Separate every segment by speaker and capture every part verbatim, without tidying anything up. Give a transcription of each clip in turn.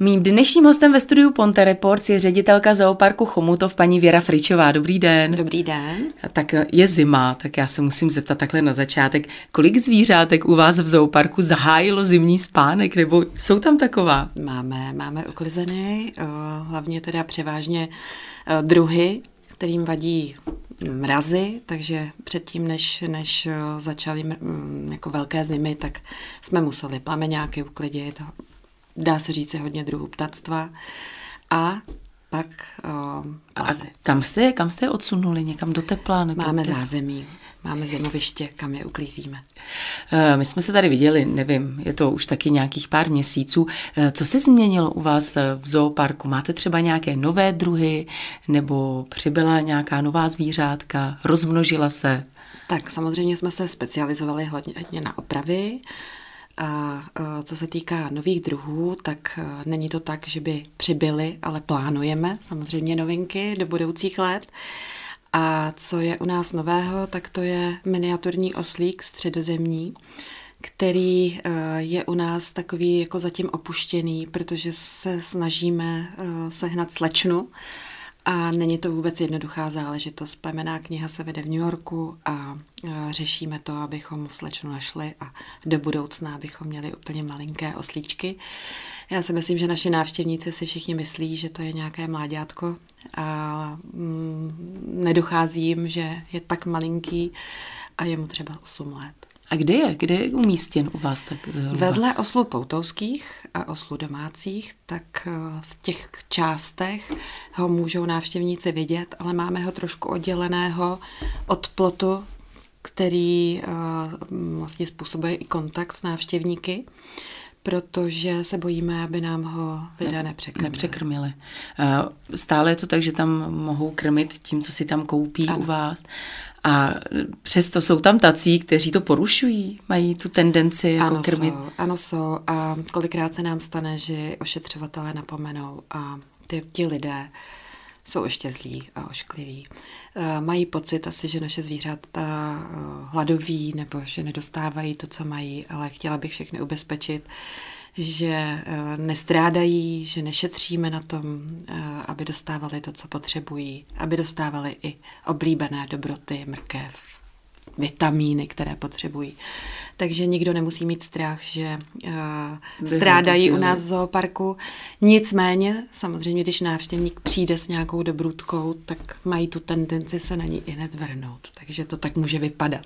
Speaker 1: Mým dnešním hostem ve studiu Ponte Reports je ředitelka zooparku Chomutov paní Věra Fričová. Dobrý den.
Speaker 2: Dobrý den.
Speaker 1: Tak je zima, tak já se musím zeptat takhle na začátek, kolik zvířátek u vás v zooparku zahájilo zimní spánek, nebo jsou tam taková?
Speaker 2: Máme, máme uklizený, hlavně teda převážně druhy, kterým vadí mrazy, takže předtím, než, než začaly jako velké zimy, tak jsme museli plameňáky uklidit, dá se říct hodně druhů ptactva a pak uh,
Speaker 1: A kam jste je, kam jste je odsunuli? Někam do tepla? Nebo
Speaker 2: máme zázemí, máme zimoviště, kam je uklízíme.
Speaker 1: My jsme se tady viděli, nevím, je to už taky nějakých pár měsíců. Co se změnilo u vás v zooparku? Máte třeba nějaké nové druhy nebo přibyla nějaká nová zvířátka? Rozmnožila se?
Speaker 2: Tak samozřejmě jsme se specializovali hodně na opravy. A co se týká nových druhů, tak není to tak, že by přibyly, ale plánujeme samozřejmě novinky do budoucích let. A co je u nás nového, tak to je miniaturní oslík středozemní, který je u nás takový jako zatím opuštěný, protože se snažíme sehnat slečnu. A není to vůbec jednoduchá záležitost. Plemenná kniha se vede v New Yorku a řešíme to, abychom slečnu našli a do budoucna abychom měli úplně malinké oslíčky. Já si myslím, že naši návštěvníci si všichni myslí, že to je nějaké mláďátko a mm, nedochází jim, že je tak malinký a je mu třeba osm let.
Speaker 1: A kde je? Kde je umístěn u vás tak zhruba?
Speaker 2: Vedle oslů poutouských a oslů domácích, tak v těch částech ho můžou návštěvníci vidět, ale máme ho trošku odděleného od plotu, který vlastně způsobuje i kontakt s návštěvníky, protože se bojíme, aby nám ho lidé nepřekrmili.
Speaker 1: nepřekrmili. Stále je to tak, že tam mohou krmit tím, co si tam koupí ano. u vás. A přesto jsou tam tací, kteří to porušují, mají tu tendenci jako
Speaker 2: ano,
Speaker 1: krmit.
Speaker 2: Jsou, ano, jsou. A kolikrát se nám stane, že ošetřovatelé napomenou a ty, ti lidé jsou ještě zlí a oškliví. Mají pocit asi, že naše zvířata hladoví nebo že nedostávají to, co mají, ale chtěla bych všechny ubezpečit, že nestrádají, že nešetříme na tom, aby dostávali to, co potřebují, aby dostávali i oblíbené dobroty, mrkev, vitamíny, které potřebují. Takže nikdo nemusí mít strach, že uh, strádají u nás v zooparku. Nicméně, samozřejmě, když návštěvník přijde s nějakou dobrůdkou, tak mají tu tendenci se na ní i hned vrhnout. Takže to tak může vypadat.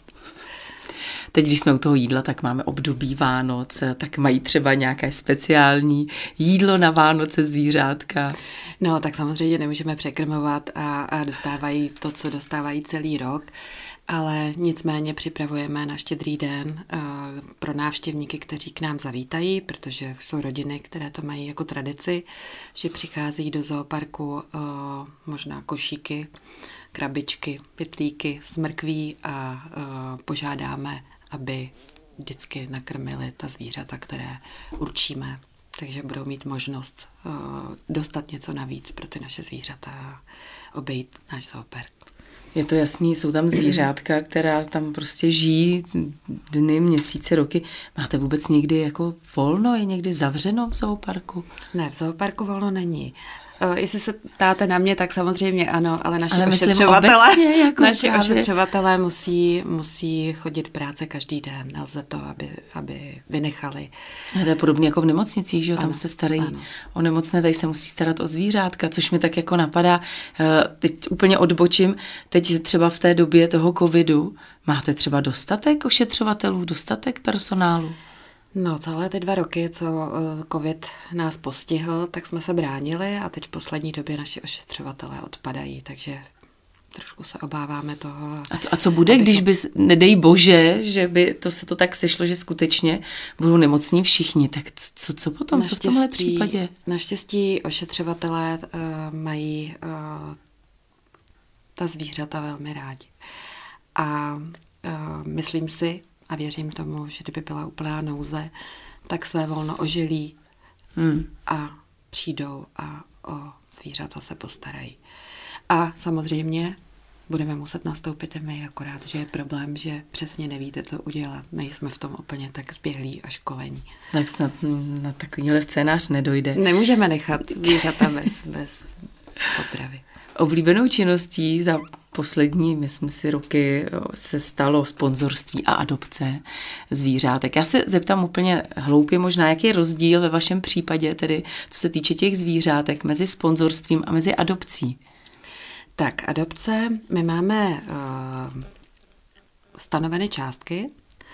Speaker 1: Teď, když jsme u toho jídla, tak máme období Vánoc, tak mají třeba nějaké speciální jídlo na Vánoce zvířátka.
Speaker 2: No, tak samozřejmě nemůžeme překrmovat a, a dostávají to, co dostávají celý rok, ale nicméně připravujeme na Štědrý den uh, pro návštěvníky, kteří k nám zavítají, protože jsou rodiny, které to mají jako tradici, že přichází do zooparku uh, možná košíky, krabičky, pytlíky s mrkví a uh, požádáme, aby vždycky nakrmili ta zvířata, které určíme. Takže budou mít možnost uh, dostat něco navíc pro ty naše zvířata a obejít náš zoopark.
Speaker 1: Je to jasný, jsou tam zvířátka, která tam prostě žijí dny, měsíce, roky. Máte vůbec někdy jako volno? Je někdy zavřeno v zooparku?
Speaker 2: Ne, v zooparku volno není. Uh, jestli se ptáte na mě, tak samozřejmě ano, ale naši
Speaker 1: ale
Speaker 2: ošetřovatelé,
Speaker 1: jako
Speaker 2: naši
Speaker 1: právě...
Speaker 2: ošetřovatelé musí, musí chodit práce každý den. Nelze to, aby, aby vynechali.
Speaker 1: A to je podobně jako v nemocnicích, že jo? Tam
Speaker 2: ano,
Speaker 1: se starají
Speaker 2: ano.
Speaker 1: o nemocné, tady se musí starat o zvířátka, což mi tak jako napadá. Teď úplně odbočím, teď třeba v té době toho covidu máte třeba dostatek ošetřovatelů, dostatek personálu?
Speaker 2: No, celé ty dva roky, co covid nás postihl, tak jsme se bránili a teď v poslední době naši ošetřovatelé odpadají, takže trošku se obáváme toho.
Speaker 1: A co, a co bude, abychom... když by, nedej bože, že by to se to tak sešlo, že skutečně budou nemocní všichni, tak co, co potom, naštěstí, co v tomhle případě?
Speaker 2: Naštěstí ošetřovatelé uh, mají uh, ta zvířata velmi rádi. A uh, myslím si, a věřím tomu, že kdyby byla úplná nouze, tak své volno ožilí hmm. a přijdou a o zvířata se postarají. A samozřejmě budeme muset nastoupit i my, akorát, že je problém, že přesně nevíte, co udělat. Nejsme v tom úplně tak zběhlí a školení.
Speaker 1: Tak snad na takovýhle scénář nedojde.
Speaker 2: Nemůžeme nechat zvířata bez, bez potravy.
Speaker 1: Oblíbenou činností za poslední, myslím si, roky se stalo sponzorství a adopce zvířátek. Já se zeptám úplně hloupě možná, jaký je rozdíl ve vašem případě, tedy co se týče těch zvířátek, mezi sponzorstvím a mezi adopcí?
Speaker 2: Tak, adopce, my máme uh, stanoveny částky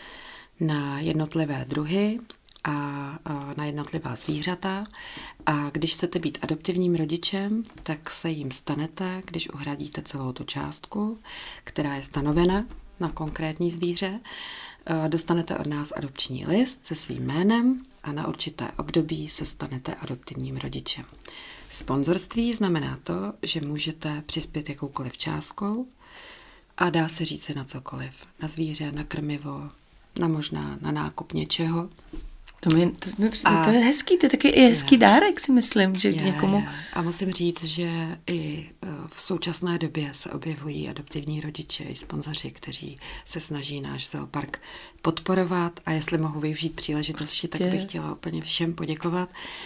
Speaker 2: na jednotlivé druhy a uh, na jednotlivá zvířata a když chcete být adoptivním rodičem, tak se jim stanete, když uhradíte celou tu částku, která je stanovena na konkrétní zvíře. Uh, dostanete od nás adopční list se svým jménem a na určité období se stanete adoptivním rodičem. Sponzorství znamená to, že můžete přispět jakoukoliv částkou a dá se říct si na cokoliv. Na zvíře, na krmivo, na možná na nákup něčeho.
Speaker 1: To, mi, to, mi, a, to je hezký, to je taky i hezký je, dárek, si myslím, že
Speaker 2: je,
Speaker 1: někomu...
Speaker 2: Je. A musím říct, že i v současné době se objevují adoptivní rodiče i sponzoři, kteří se snaží náš zoopark podporovat a jestli mohu využít příležitosti, tak bych chtěla úplně všem poděkovat,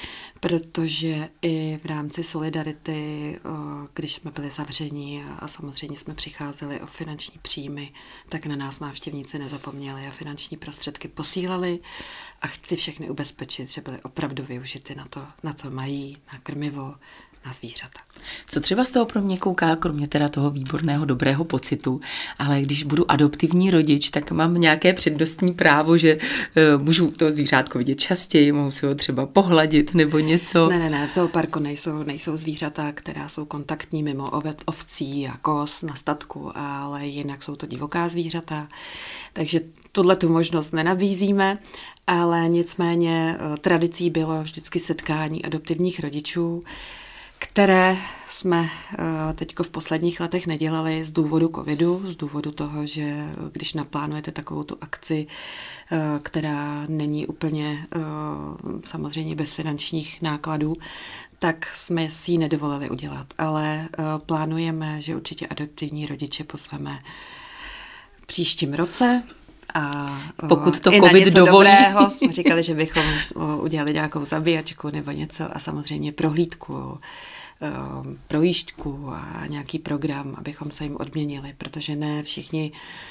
Speaker 2: protože i v rámci solidarity, když jsme byli zavření a samozřejmě jsme přicházeli o finanční příjmy, tak na nás návštěvníci nezapomněli a finanční prostředky posílali a chci všechny ubezpečit, že byly opravdu využity na to, na co mají, na krmivo, na zvířata.
Speaker 1: Co třeba z toho pro mě kouká, kromě teda toho výborného, dobrého pocitu, ale když budu adoptivní rodič, tak mám nějaké přednostní právo, že uh, můžu to zvířátko vidět častěji, mohu si ho třeba pohladit nebo něco.
Speaker 2: Ne, ne, ne, v zooparku nejsou, nejsou zvířata, která jsou kontaktní mimo ovet, ovcí a koz na statku, ale jinak jsou to divoká zvířata, takže tuhle tu možnost nenabízíme, ale nicméně tradicí bylo vždycky setkání adoptivních rodičů, které jsme teďko v posledních letech nedělali z důvodu covidu, z důvodu toho, že když naplánujete takovou tu akci, která není úplně samozřejmě bez finančních nákladů, tak jsme si ji nedovolili udělat. Ale plánujeme, že určitě adoptivní rodiče pozveme v příštím roce. A
Speaker 1: pokud to
Speaker 2: i
Speaker 1: covid
Speaker 2: na něco
Speaker 1: dovolí.
Speaker 2: Dobrého jsme říkali, že bychom udělali nějakou zabíjačku nebo něco a samozřejmě prohlídku, projížďku a nějaký program, abychom se jim odměnili, protože ne všichni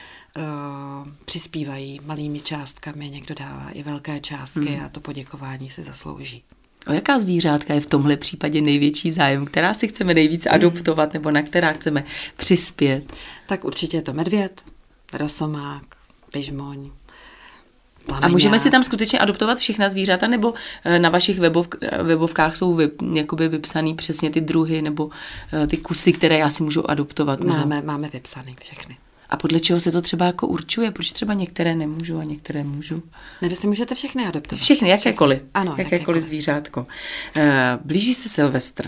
Speaker 2: uh, přispívají malými částkami, někdo dává i velké částky hmm. a to poděkování si zaslouží.
Speaker 1: O jaká zvířátka je v tomhle případě největší zájem, která si chceme nejvíc adoptovat nebo na která chceme přispět?
Speaker 2: Tak určitě je to medvěd, rosomák, pižmoň, plameňák.
Speaker 1: A můžeme si tam skutečně adoptovat všechna zvířata, nebo na vašich webov, webovkách jsou vy, jakoby vypsaný přesně ty druhy nebo ty kusy, které já si můžu adoptovat?
Speaker 2: Máme, máme vypsaný všechny.
Speaker 1: A podle čeho se to třeba jako určuje? Proč třeba některé nemůžu a některé můžu?
Speaker 2: Ne, vy si můžete všechny adoptovat.
Speaker 1: Všechny, jakékoliv.
Speaker 2: Ano,
Speaker 1: jakékoliv.
Speaker 2: jakékoliv
Speaker 1: zvířátko. Blíží se Silvestr.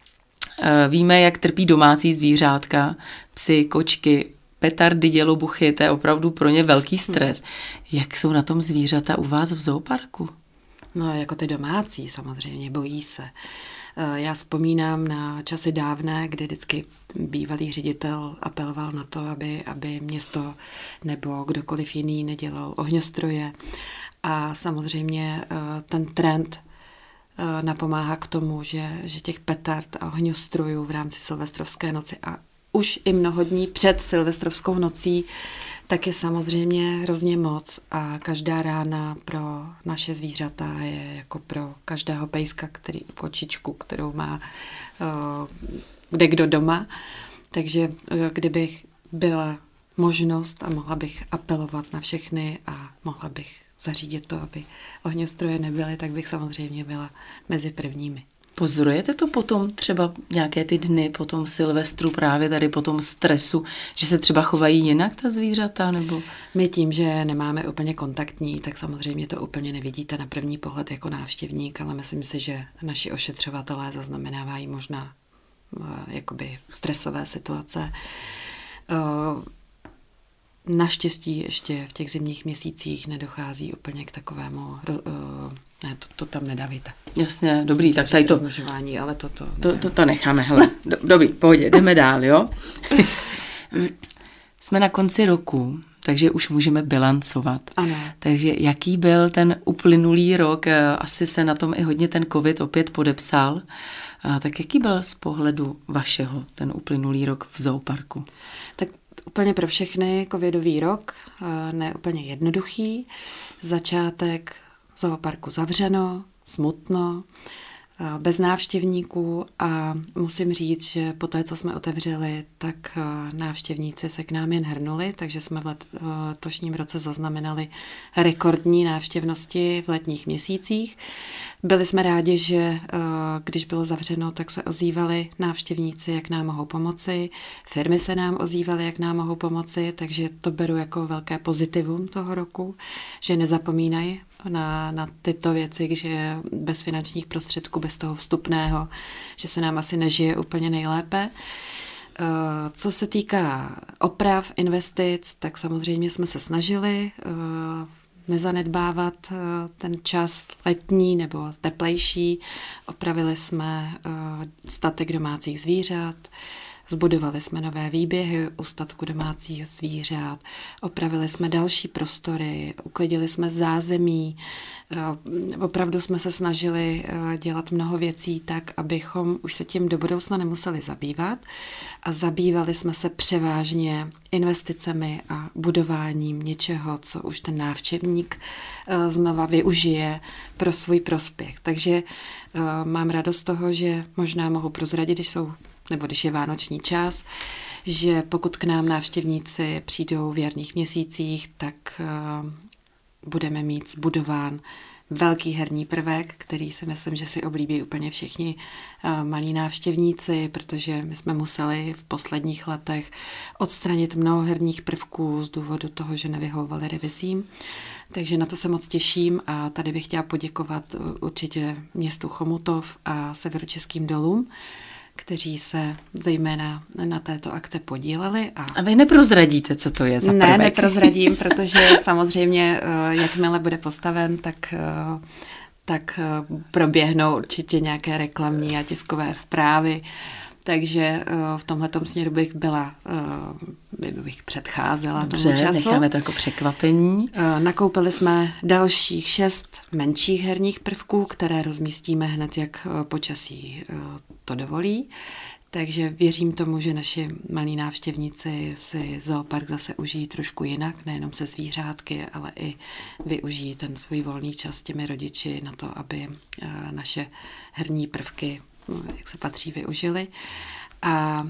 Speaker 1: Víme, jak trpí domácí zvířátka, psy, kočky, petardy, dělobuchy, to je opravdu pro ně velký stres. Jak jsou na tom zvířata u vás v zooparku?
Speaker 2: No, jako ty domácí samozřejmě, bojí se. Já vzpomínám na časy dávné, kdy vždycky bývalý ředitel apeloval na to, aby, aby město nebo kdokoliv jiný nedělal ohňostroje. A samozřejmě ten trend napomáhá k tomu, že, že těch petard a ohňostrojů v rámci silvestrovské noci a už i mnoho dní před silvestrovskou nocí, tak je samozřejmě hrozně moc a každá rána pro naše zvířata je jako pro každého pejska, který, kočičku, kterou má uh, kde kdo doma. Takže uh, kdybych byla možnost a mohla bych apelovat na všechny a mohla bych zařídit to, aby ohňostroje nebyly, tak bych samozřejmě byla mezi prvními.
Speaker 1: Pozorujete to potom třeba nějaké ty dny po tom Silvestru, právě tady po tom stresu, že se třeba chovají jinak ta zvířata? Nebo?
Speaker 2: My tím, že nemáme úplně kontaktní, tak samozřejmě to úplně nevidíte na první pohled jako návštěvník, ale myslím si, že naši ošetřovatelé zaznamenávají možná uh, jakoby stresové situace. Uh, Naštěstí ještě v těch zimních měsících nedochází úplně k takovému, uh, ne, to, to tam nedávejte.
Speaker 1: Jasně, dobrý, tak tady to...
Speaker 2: Rozmnožování, ale to, to,
Speaker 1: to, to, to necháme, hele, do, dobrý, pohodě, jdeme dál, jo? Jsme na konci roku, takže už můžeme bilancovat.
Speaker 2: Ano.
Speaker 1: Takže jaký byl ten uplynulý rok? Asi se na tom i hodně ten covid opět podepsal. Tak jaký byl z pohledu vašeho ten uplynulý rok v zooparku?
Speaker 2: Tak úplně pro všechny covidový rok, ne úplně jednoduchý. Začátek zooparku zavřeno, smutno, bez návštěvníků a musím říct, že po té, co jsme otevřeli, tak návštěvníci se k nám jen hrnuli, takže jsme v letošním roce zaznamenali rekordní návštěvnosti v letních měsících. Byli jsme rádi, že když bylo zavřeno, tak se ozývali návštěvníci, jak nám mohou pomoci, firmy se nám ozývaly, jak nám mohou pomoci, takže to beru jako velké pozitivum toho roku, že nezapomínají na, na tyto věci, že bez finančních prostředků, bez toho vstupného, že se nám asi nežije úplně nejlépe. Co se týká oprav, investic, tak samozřejmě jsme se snažili nezanedbávat ten čas letní nebo teplejší. Opravili jsme statek domácích zvířat, zbudovali jsme nové výběhy u statku domácích zvířat, opravili jsme další prostory, uklidili jsme zázemí, opravdu jsme se snažili dělat mnoho věcí tak, abychom už se tím do budoucna nemuseli zabývat a zabývali jsme se převážně investicemi a budováním něčeho, co už ten návštěvník znova využije pro svůj prospěch. Takže mám radost z toho, že možná mohu prozradit, když jsou nebo když je vánoční čas, že pokud k nám návštěvníci přijdou v jarních měsících, tak uh, budeme mít zbudován velký herní prvek, který si myslím, že si oblíbí úplně všichni uh, malí návštěvníci, protože my jsme museli v posledních letech odstranit mnoho herních prvků z důvodu toho, že nevyhovovaly revizím. Takže na to se moc těším a tady bych chtěla poděkovat určitě městu Chomutov a Severočeským dolům, kteří se zejména na této akce podíleli. A,
Speaker 1: a vy neprozradíte, co to je za prvek?
Speaker 2: Ne, neprozradím, protože samozřejmě, jakmile bude postaven, tak, tak proběhnou určitě nějaké reklamní a tiskové zprávy. Takže v tomhletom směru bych byla, bych předcházela
Speaker 1: Dobře,
Speaker 2: tomu času.
Speaker 1: Necháme to jako překvapení.
Speaker 2: Nakoupili jsme dalších šest menších herních prvků, které rozmístíme hned, jak počasí to dovolí. Takže věřím tomu, že naši malí návštěvníci si zoopark zase užijí trošku jinak, nejenom se zvířátky, ale i využijí ten svůj volný čas s těmi rodiči na to, aby naše herní prvky, jak se patří, využili. A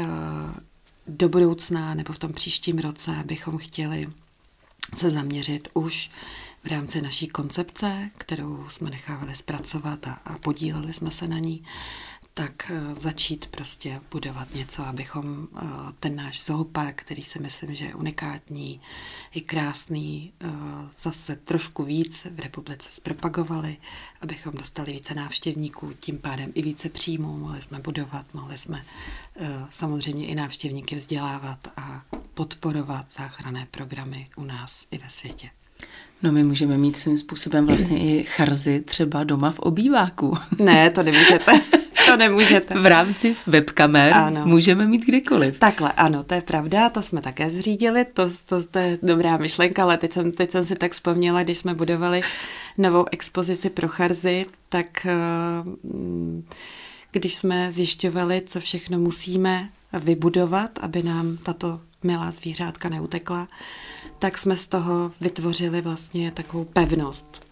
Speaker 2: do budoucna nebo v tom příštím roce bychom chtěli se zaměřit už v rámci naší koncepce, kterou jsme nechávali zpracovat a, a podíleli jsme se na ní, tak začít prostě budovat něco, abychom ten náš zoopark, který si myslím, že je unikátní, je krásný, zase trošku víc v republice zpropagovali, abychom dostali více návštěvníků, tím pádem i více příjmů, mohli jsme budovat, mohli jsme samozřejmě i návštěvníky vzdělávat a podporovat záchranné programy u nás i ve světě.
Speaker 1: No my můžeme mít svým způsobem vlastně i charzy třeba doma v obýváku.
Speaker 2: Ne, to nemůžete. To nemůžete.
Speaker 1: V rámci webkamer ano. Můžeme mít kdekoliv.
Speaker 2: Takhle, ano, to je pravda, to jsme také zřídili, to, to, to je dobrá myšlenka, ale teď jsem, teď jsem si tak vzpomněla, když jsme budovali novou expozici pro charzy, tak když jsme zjišťovali, co všechno musíme vybudovat, aby nám tato milá zvířátka neutekla, tak jsme z toho vytvořili vlastně takovou pevnost.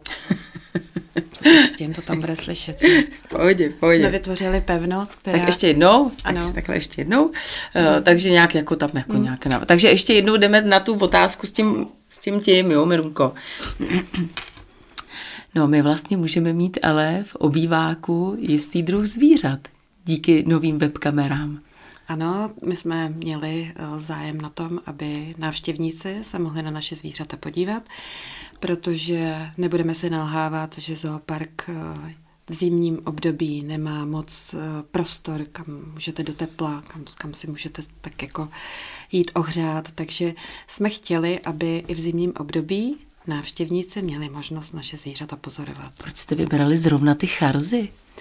Speaker 2: S tím to tam bude slyšet. Že?
Speaker 1: Pohodě, pohodě.
Speaker 2: Jsme vytvořili pevnost, která...
Speaker 1: Tak ještě jednou,
Speaker 2: ano.
Speaker 1: Tak, takhle ještě jednou. Uh, takže nějak jako tam jako hmm. nějaké... Takže ještě jednou jdeme na tu otázku s tím, s tím tím, jo, Mirunko. No, my vlastně můžeme mít ale v obýváku jistý druh zvířat díky novým webkamerám.
Speaker 2: Ano, my jsme měli zájem na tom, aby návštěvníci se mohli na naše zvířata podívat, protože nebudeme si nalhávat, že zoopark v zimním období nemá moc prostor, kam můžete do tepla, kam, kam si můžete tak jako jít ohřát, takže jsme chtěli, aby i v zimním období návštěvníci měli možnost naše zvířata pozorovat.
Speaker 1: Proč jste vybrali zrovna ty charzy?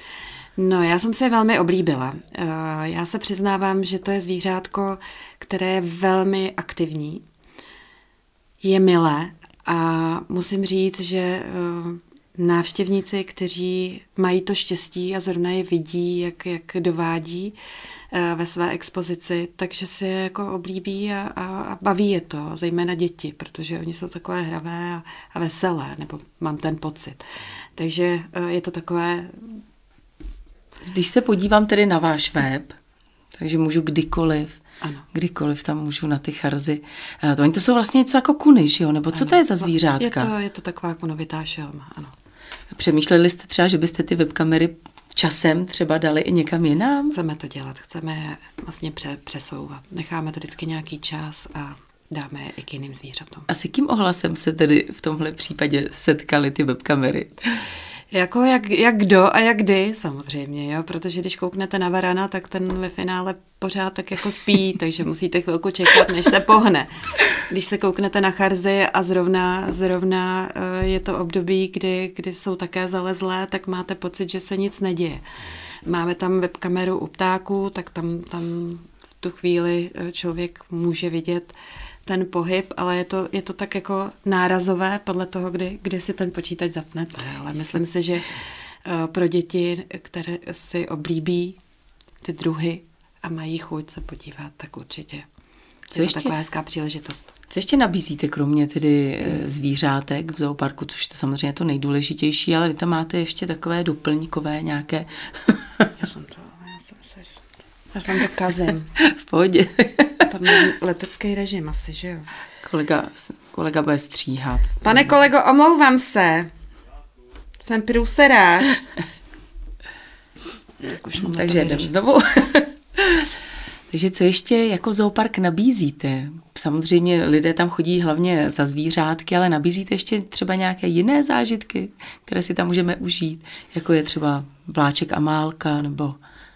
Speaker 2: No, já jsem se je velmi oblíbila. Já se přiznávám, že to je zvířátko, které je velmi aktivní, je milé a musím říct, že návštěvníci, kteří mají to štěstí a zrovna je vidí, jak, jak dovádí ve své expozici, takže si je jako oblíbí a, a, a baví je to, zejména děti, protože oni jsou takové hravé a, a veselé, nebo mám ten pocit. Takže je to takové...
Speaker 1: Když se podívám tedy na váš web, takže můžu kdykoliv, ano. kdykoliv tam můžu na ty charzy. To, oni to jsou vlastně něco jako kuny, že jo? Nebo co ano. to je za zvířátka?
Speaker 2: Je to, je to taková kunovitá šelma, ano.
Speaker 1: Přemýšleli jste třeba, že byste ty webkamery časem třeba dali i někam jinam?
Speaker 2: Chceme to dělat, chceme je vlastně přesouvat. Necháme to vždycky nějaký čas a dáme je i k jiným zvířatům.
Speaker 1: A s jakým ohlasem se tedy v tomhle případě setkaly ty webkamery?
Speaker 2: Jako jak, jak kdo a jak kdy, samozřejmě, jo? Protože když kouknete na varana, tak ten ve finále pořád tak jako spí, takže musíte chvilku čekat, než se pohne. Když se kouknete na charzy a zrovna, zrovna je to období, kdy, kdy jsou také zalezlé, tak máte pocit, že se nic neděje. Máme tam webkameru u ptáků, tak tam, tam v tu chvíli člověk může vidět ten pohyb, ale je to, je to tak jako nárazové podle toho, kdy, kdy si ten počítač zapnete. Ale myslím si, že pro děti, které si oblíbí ty druhy a mají chuť se podívat, tak určitě co je to ještě, taková hezká příležitost.
Speaker 1: Co ještě nabízíte, kromě tedy zvířátek v zooparku, což je samozřejmě to nejdůležitější, ale vy tam máte ještě takové doplňkové nějaké...
Speaker 2: Já jsem to... Já jsem se, že jsem to, já jsem to kazím.
Speaker 1: V pohodě.
Speaker 2: Tam je letecký režim asi, že jo?
Speaker 1: Kolega, kolega bude stříhat.
Speaker 2: Pane kolego, omlouvám se. Jsem průserář.
Speaker 1: Takže jdem znovu. Takže co ještě jako zoopark nabízíte? Samozřejmě lidé tam chodí hlavně za zvířátky, ale nabízíte ještě třeba nějaké jiné zážitky, které si tam můžeme užít, jako je třeba vláček Amálka nebo...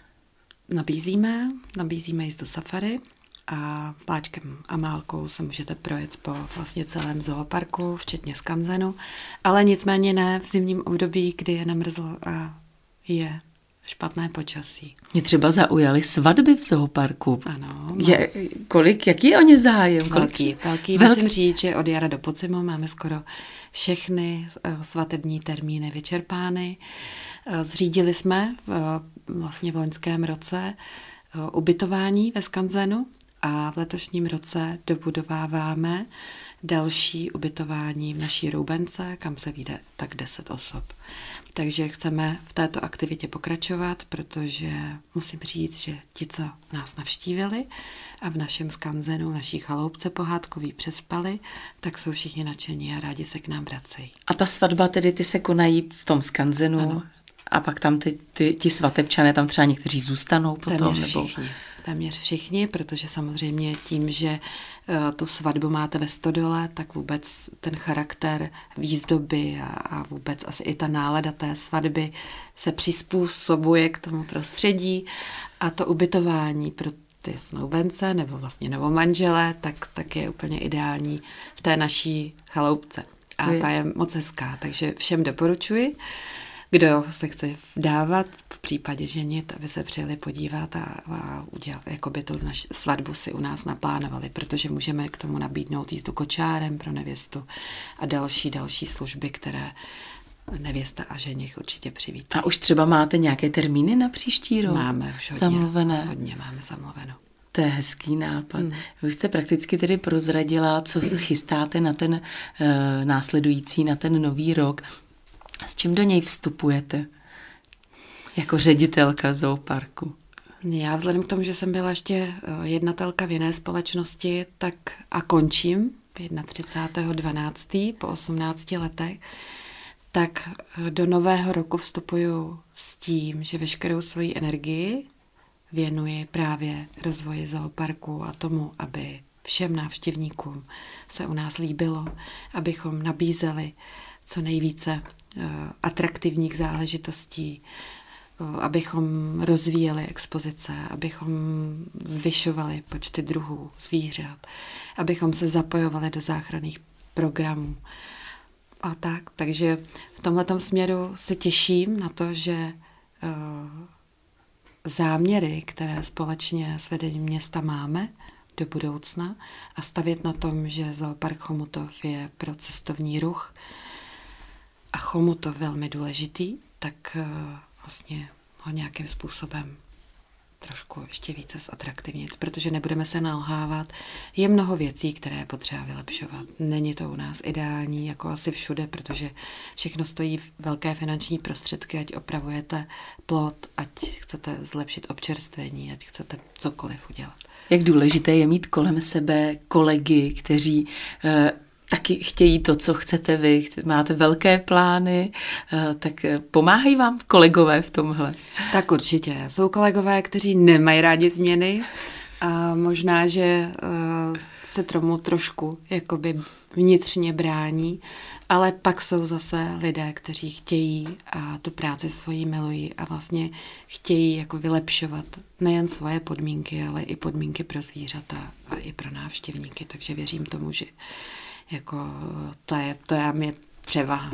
Speaker 2: Nabízíme, nabízíme jízdu safari a vláčkem Amálkou se můžete projet po vlastně celém zooparku, včetně skanzenu, ale nicméně ne v zimním období, kdy je namrzlo a je špatné počasí.
Speaker 1: Mě třeba zaujaly svatby v zooparku.
Speaker 2: Ano.
Speaker 1: Je, kolik, jaký je o ně zájem?
Speaker 2: Velký, velký. Velký. Musím říct, že od jara do podzimu máme skoro všechny svatební termíny vyčerpány. Zřídili jsme vlastně v loňském roce ubytování ve skanzenu a v letošním roce dobudováváme další ubytování v naší roubence, kam se vyjde tak deset osob. Takže chceme v této aktivitě pokračovat, protože musím říct, že ti, co nás navštívili a v našem skanzenu, v naší chaloupce pohádkový přespali, tak jsou všichni nadšení a rádi se k nám vracejí.
Speaker 1: A ta svatba tedy, ty se konají v tom skanzenu? Ano. A pak tam ty, ty, ti svatebčané, tam třeba někteří zůstanou potom?
Speaker 2: Téměř
Speaker 1: nebo...
Speaker 2: všichni. Téměř všichni, protože samozřejmě tím, že uh, tu svatbu máte ve stodole, tak vůbec ten charakter výzdoby a, a vůbec asi i ta nálada té svatby se přizpůsobuje k tomu prostředí a to ubytování pro ty snoubence nebo vlastně novomanželé, tak, tak je úplně ideální v té naší chaloupce. A ta je moc hezká, takže všem doporučuji. Kdo se chce vdávat, v případě ženit, aby se přijeli podívat a, a udělat, jako by tu naši svatbu si u nás naplánovali, protože můžeme k tomu nabídnout jízdu kočárem pro nevěstu a další, další služby, které nevěsta a ženich určitě přivítá.
Speaker 1: A už třeba máte nějaké termíny na příští rok?
Speaker 2: Máme už hodně.
Speaker 1: Zamluvené?
Speaker 2: Hodně máme zamluveno.
Speaker 1: To je hezký nápad. Hmm. Vy jste prakticky tedy prozradila, co chystáte na ten uh, následující, na ten nový rok. S čím do něj vstupujete jako ředitelka zooparku?
Speaker 2: Já vzhledem k tomu, že jsem byla ještě jednatelka v jiné společnosti, tak a končím třicátého prvního dvanáctého po osmnácti letech, tak do nového roku vstupuju s tím, že veškerou svoji energii věnuji právě rozvoji zooparku a tomu, aby všem návštěvníkům se u nás líbilo, abychom nabízeli co nejvíce atraktivních záležitostí, abychom rozvíjeli expozice, abychom zvyšovali počty druhů zvířat, abychom se zapojovali do záchranných programů. A tak, takže v tomhletom směru se těším na to, že záměry, které společně s vedením města máme do budoucna a stavět na tom, že Zoopark Chomutov je pro cestovní ruch a Chomutov velmi důležitý, tak vlastně ho nějakým způsobem trošku ještě více zatraktivnit, protože nebudeme se nalhávat. Je mnoho věcí, které je potřeba vylepšovat. Není to u nás ideální, jako asi všude, protože všechno stojí velké finanční prostředky, ať opravujete plot, ať chcete zlepšit občerstvení, ať chcete cokoliv udělat.
Speaker 1: Jak důležité je mít kolem sebe kolegy, kteří eh, taky chtějí to, co chcete vy, máte velké plány, tak pomáhají vám kolegové v tomhle?
Speaker 2: Tak určitě. Jsou kolegové, kteří nemají rádi změny a možná, že se tomu trošku jakoby vnitřně brání, ale pak jsou zase lidé, kteří chtějí a tu práci svoji milují a vlastně chtějí jako vylepšovat nejen svoje podmínky, ale i podmínky pro zvířata a i pro návštěvníky, takže věřím tomu, že jako to je, to je mě převaha.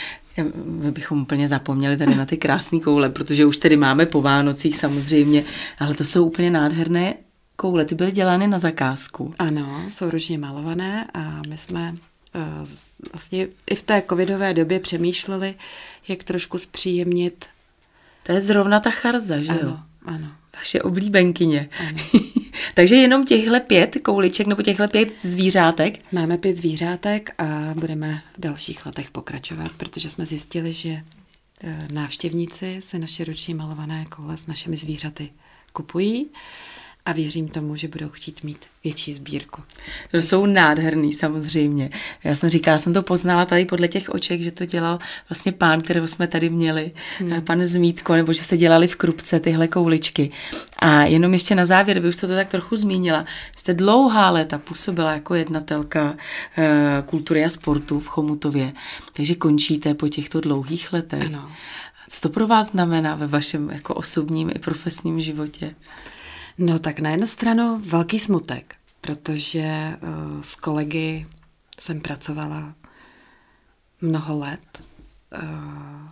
Speaker 1: My bychom úplně zapomněli tady na ty krásné koule, protože už tady máme po Vánocích samozřejmě, ale to jsou úplně nádherné koule. Ty byly dělány na zakázku.
Speaker 2: Ano, jsou ručně malované a my jsme uh, vlastně i v té covidové době přemýšleli, jak trošku zpříjemnit.
Speaker 1: To je zrovna ta charza, že
Speaker 2: ano,
Speaker 1: jo?
Speaker 2: Ano.
Speaker 1: Vaše oblíbenkyně.
Speaker 2: Ano.
Speaker 1: Takže jenom těchhle pět kouliček nebo těchhle pět zvířátek?
Speaker 2: Máme pět zvířátek a budeme v dalších letech pokračovat, protože jsme zjistili, že návštěvníci se naše ručně malované koule s našimi zvířaty kupují a věřím tomu, že budou chtít mít větší sbírku.
Speaker 1: To jsou nádherný samozřejmě. Já jsem říkala, jsem to poznala tady podle těch oček, že to dělal vlastně pán, kterého jsme tady měli, hmm. pan Zmítko, nebo že se dělali v Krupce tyhle kouličky. A jenom ještě na závěr, vy už jste to tak trochu zmínila, jste dlouhá léta působila jako jednatelka e, kultury a sportu v Chomutově, takže končíte po těchto dlouhých letech.
Speaker 2: Ano.
Speaker 1: Co to pro vás znamená ve vašem jako osobním i profesním životě?
Speaker 2: No tak na jednu stranu velký smutek, protože uh, s kolegy jsem pracovala mnoho let. Uh,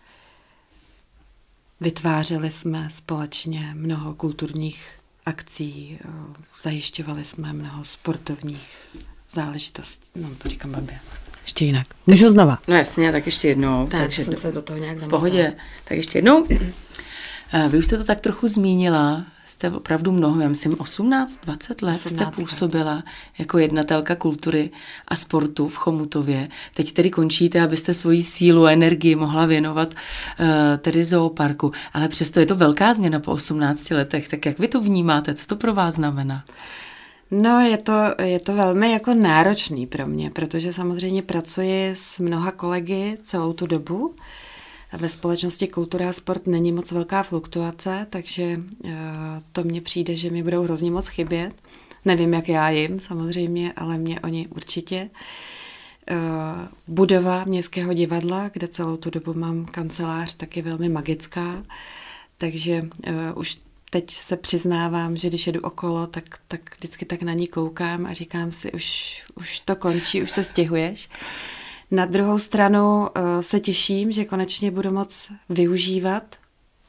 Speaker 2: vytvářeli jsme společně mnoho kulturních akcí, uh, zajišťovali jsme mnoho sportovních záležitostí. No to říkám blbě. Ještě jinak. Můžu znova?
Speaker 1: No jasně, tak ještě jednou.
Speaker 2: Tak, takže jsem se do toho nějak
Speaker 1: v pohodě. Tak ještě jednou. Vy už jste to tak trochu zmínila, jste opravdu mnoho, já myslím osmnáct dvacet let jste působila jako jednatelka kultury a sportu v Chomutově. Teď tedy končíte, abyste svoji sílu a energii mohla věnovat uh, tedy zooparku, ale přesto je to velká změna po osmnácti letech, tak jak vy to vnímáte, co to pro vás znamená?
Speaker 2: No, je to, je to velmi jako náročný pro mě, protože samozřejmě pracuji s mnoha kolegy celou tu dobu. Ve společnosti kultura a sport není moc velká fluktuace, takže uh, to mně přijde, že mi budou hrozně moc chybět. Nevím, jak já jim samozřejmě, ale mě oni určitě. Uh, budova Městského divadla, kde celou tu dobu mám kancelář, tak je velmi magická, takže uh, už teď se přiznávám, že když jedu okolo, tak, tak vždycky tak na ní koukám a říkám si, už, už to končí, už se stěhuješ. Na druhou stranu uh, se těším, že konečně budu moc využívat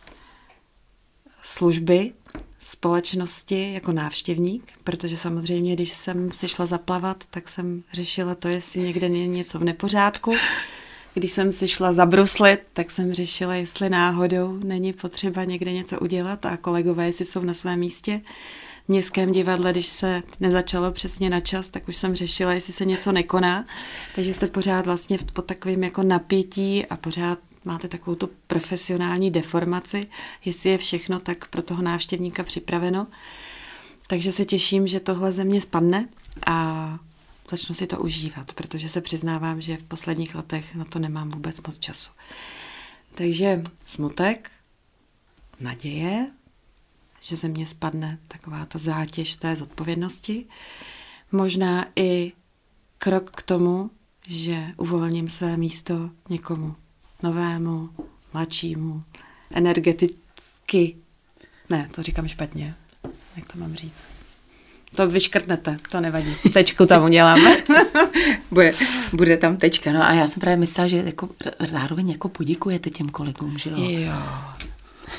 Speaker 2: služby společnosti jako návštěvník, protože samozřejmě, když jsem si šla zaplavat, tak jsem řešila to, jestli někde je něco v nepořádku. Když jsem si šla zabruslit, tak jsem řešila, jestli náhodou není potřeba někde něco udělat a kolegové, jestli jsou na svém místě. V Městském divadle, když se nezačalo přesně na čas, tak už jsem řešila, jestli se něco nekoná. Takže jste pořád vlastně pod takovým jako napětí a pořád máte takovou tu profesionální deformaci, jestli je všechno tak pro toho návštěvníka připraveno. Takže se těším, že tohle ze mě spadne a začnu si to užívat, protože se přiznávám, že v posledních letech na to nemám vůbec moc času. Takže smutek, naděje, že ze mě spadne taková ta zátěž té zodpovědnosti. Možná i krok k tomu, že uvolním své místo někomu novému, mladšímu, energeticky. Ne, to říkám špatně. Jak to mám říct? To vyškrtnete, to nevadí. Tečku tam uděláme.
Speaker 1: bude, bude tam tečka. No a já jsem právě myslela, že jako, zároveň jako poděkujete těm kolegům, že jo?
Speaker 2: Jo.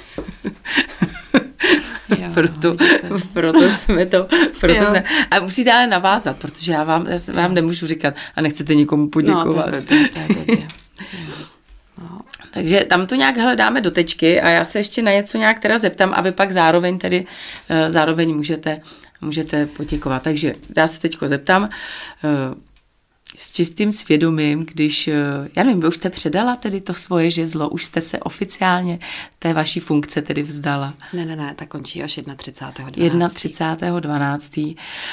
Speaker 2: Jo,
Speaker 1: proto, proto jsme to, proto jsme, a musíte ale navázat, protože já vám, já vám nemůžu říkat a nechcete nikomu poděkovat.
Speaker 2: No, to je, to je, to je. No.
Speaker 1: Takže tam to nějak hledáme do tečky a já se ještě na něco nějak teda zeptám a vy pak zároveň tedy, zároveň můžete, můžete poděkovat. Takže já se teďko zeptám, s čistým svědomím, když, já nevím, vy už jste předala tedy to svoje žezlo, už jste se oficiálně té vaší funkce tedy vzdala.
Speaker 2: Ne, ne, ne, tak končí až třicátého prvního
Speaker 1: třicátého druhého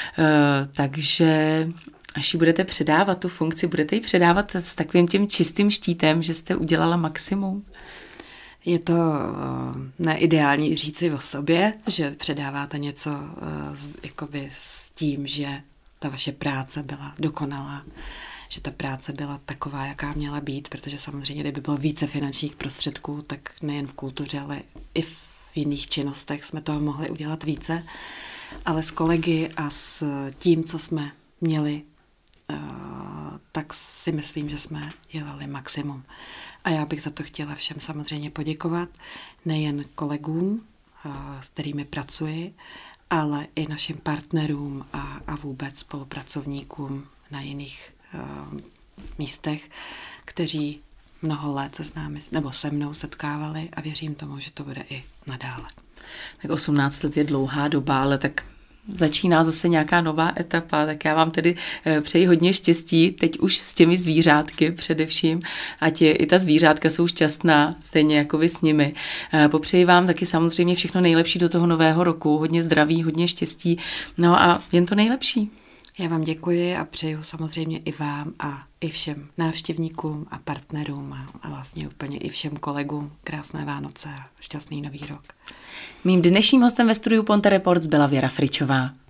Speaker 1: Takže až ji budete předávat tu funkci, budete ji předávat s takovým tím čistým štítem, že jste udělala maximum?
Speaker 2: Je to uh, neideální říci o sobě, že předáváte něco uh, s, jakoby s tím, že ta vaše práce byla dokonalá, že ta práce byla taková, jaká měla být, protože samozřejmě, kdyby bylo více finančních prostředků, tak nejen v kultuře, ale i v jiných činnostech jsme toho mohli udělat více, ale s kolegy a s tím, co jsme měli, tak si myslím, že jsme dělali maximum. A já bych za to chtěla všem samozřejmě poděkovat, nejen kolegům, s kterými pracuji, ale i našim partnerům a, a vůbec spolupracovníkům na jiných uh, místech, kteří mnoho let se s námi, nebo se mnou setkávali a věřím tomu, že to bude i nadále.
Speaker 1: Tak osmnáct let je dlouhá doba, ale tak začíná zase nějaká nová etapa, tak já vám tedy přeji hodně štěstí, teď už s těmi zvířátky především, ať je, i ta zvířátka jsou šťastná, stejně jako vy s nimi. Popřeji vám taky samozřejmě všechno nejlepší do toho nového roku, hodně zdraví, hodně štěstí, no a jen to nejlepší.
Speaker 2: Já vám děkuji a přeju samozřejmě i vám a i všem návštěvníkům a partnerům a, a vlastně úplně i všem kolegům krásné Vánoce a šťastný nový rok.
Speaker 1: Mým dnešním hostem ve studiu Ponte Reports byla Věra Fričová.